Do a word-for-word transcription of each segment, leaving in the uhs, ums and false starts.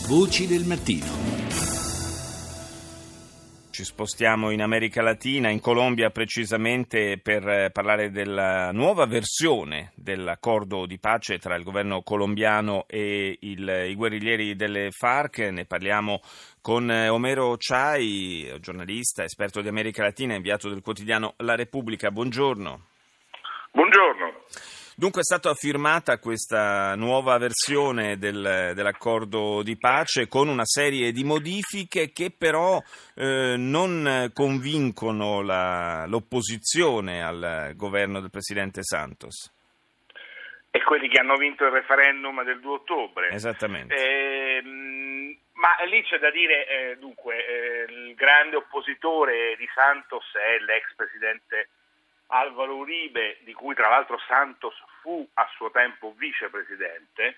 Voci del mattino. Ci spostiamo in America Latina, in Colombia precisamente, per parlare della nuova versione dell'accordo di pace tra il governo colombiano e il, i guerriglieri delle FARC. Ne parliamo con Homero Chai, giornalista, esperto di America Latina, inviato del quotidiano La Repubblica. Buongiorno. Buongiorno. Dunque è stata firmata questa nuova versione del, dell'accordo di pace con una serie di modifiche che però eh, non convincono la, l'opposizione al governo del presidente Santos. E quelli che hanno vinto il referendum del due ottobre. Esattamente. Eh, ma lì c'è da dire, eh, dunque, eh, il grande oppositore di Santos è l'ex presidente Álvaro Uribe, di cui tra l'altro Santos fu a suo tempo vicepresidente.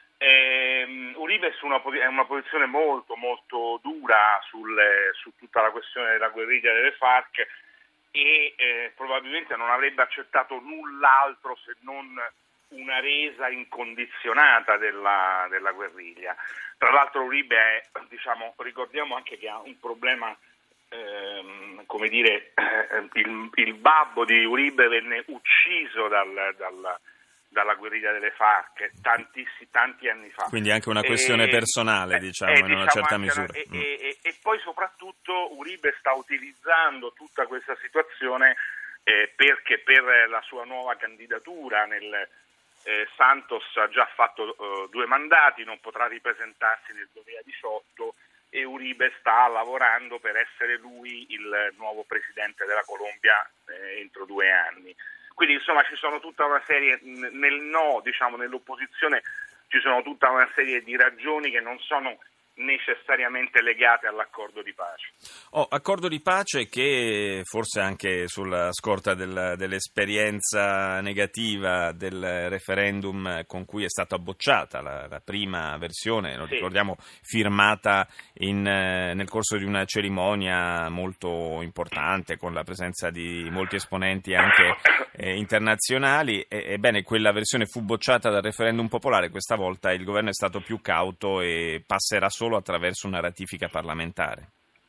Eh, Uribe è su una, è una posizione molto molto dura sul, su tutta la questione della guerriglia delle FARC e eh, probabilmente non avrebbe accettato null'altro se non una resa incondizionata della, della guerriglia. Tra l'altro Uribe è, diciamo, ricordiamo anche che ha un problema. Ehm, come dire, eh, il, il babbo di Uribe venne ucciso dal, dal, dalla guerriglia delle FARC tanti, tanti anni fa. Quindi anche una questione e, personale, diciamo, eh, in una diciamo certa misura. E, mm. e, e, e poi soprattutto Uribe sta utilizzando tutta questa situazione eh, perché per la sua nuova candidatura nel eh, Santos ha già fatto uh, due mandati, non potrà ripresentarsi nel duemiladiciotto e Uribe sta lavorando per essere lui il nuovo presidente della Colombia eh, entro due anni. Quindi insomma ci sono tutta una serie, nel no, diciamo nell'opposizione ci sono tutta una serie di ragioni che non sono necessariamente legate all'accordo di pace. Oh, accordo di pace che forse anche sulla scorta del, dell'esperienza negativa del referendum con cui è stata bocciata la, la prima versione, lo sì. ricordiamo, firmata in, nel corso di una cerimonia molto importante con la presenza di molti esponenti anche eh, internazionali. E, ebbene, quella versione fu bocciata dal referendum popolare. Questa volta il governo è stato più cauto e passerà solo attraverso una ratifica parlamentare.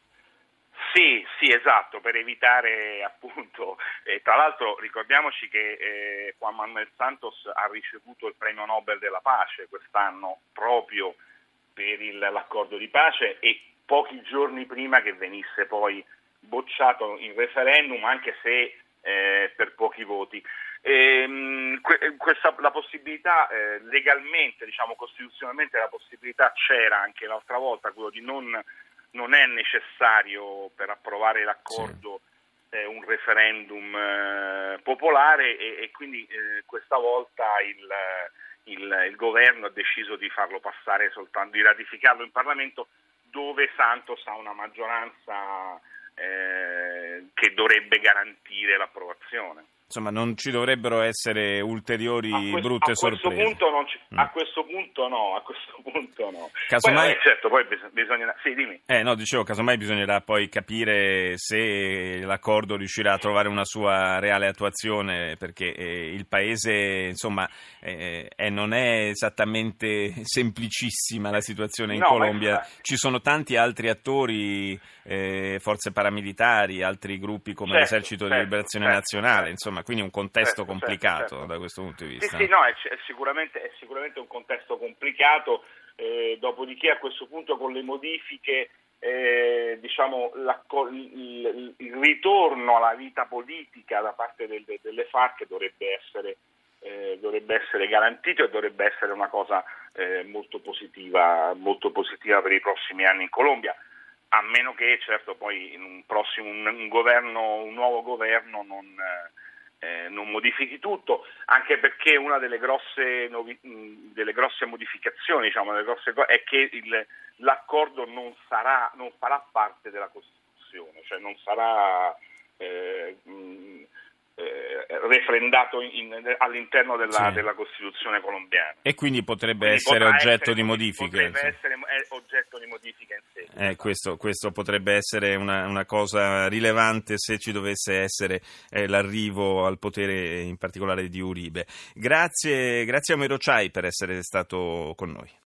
Sì, sì, esatto, per evitare appunto, eh, tra l'altro ricordiamoci che eh, Juan Manuel Santos ha ricevuto il premio Nobel della pace quest'anno proprio per il, l'accordo di pace e pochi giorni prima che venisse poi bocciato in referendum, anche se eh, per pochi voti. Ehm, que- questa, la possibilità eh, legalmente, diciamo costituzionalmente, la possibilità c'era anche l'altra volta, quello di non, non è necessario per approvare l'accordo sì. eh, un referendum eh, popolare e, e quindi eh, questa volta il, il, il governo ha deciso di farlo passare soltanto, di ratificarlo in Parlamento, dove Santos ha una maggioranza eh, che dovrebbe garantire l'approvazione. Insomma, non ci dovrebbero essere ulteriori questo, brutte a sorprese. Questo punto non ci, mm. A questo punto no, a questo punto no. Casomai, poi, certo, poi bisogna, bisogna... Sì, dimmi. Eh, no, dicevo, casomai bisognerà poi capire se l'accordo riuscirà a trovare una sua reale attuazione, perché eh, il paese, insomma, eh, eh, non è esattamente semplicissima la situazione in no, Colombia. Ci sono tanti altri attori, eh, forze paramilitari, altri gruppi come certo, l'Esercito certo, di Liberazione certo, Nazionale, certo. insomma, quindi un contesto certo, complicato certo, certo. da questo punto di vista. Sì, sì, no, è, è, sicuramente, è sicuramente un contesto complicato, eh, dopodiché a questo punto con le modifiche, eh, diciamo, la, il, il ritorno alla vita politica da parte del, delle FARC dovrebbe essere, eh, dovrebbe essere garantito e dovrebbe essere una cosa eh, molto positiva, molto positiva per i prossimi anni in Colombia. A meno che, certo, poi in un prossimo un, un governo, un nuovo governo non, eh, non modifichi tutto, anche perché una delle grosse novi, delle grosse modificazioni, diciamo, delle grosse co- è che il, l'accordo non sarà, non farà parte della Costituzione, cioè non sarà eh, mh, eh, referendato in, all'interno della, sì. della Costituzione colombiana. E quindi potrebbe quindi essere oggetto essere, di modifiche. Potrebbe essere è oggetto di modifiche in seguito. Eh, questo, questo potrebbe essere una, una cosa rilevante se ci dovesse essere eh, l'arrivo al potere, in particolare di Uribe. Grazie, grazie a Homero Chai per essere stato con noi.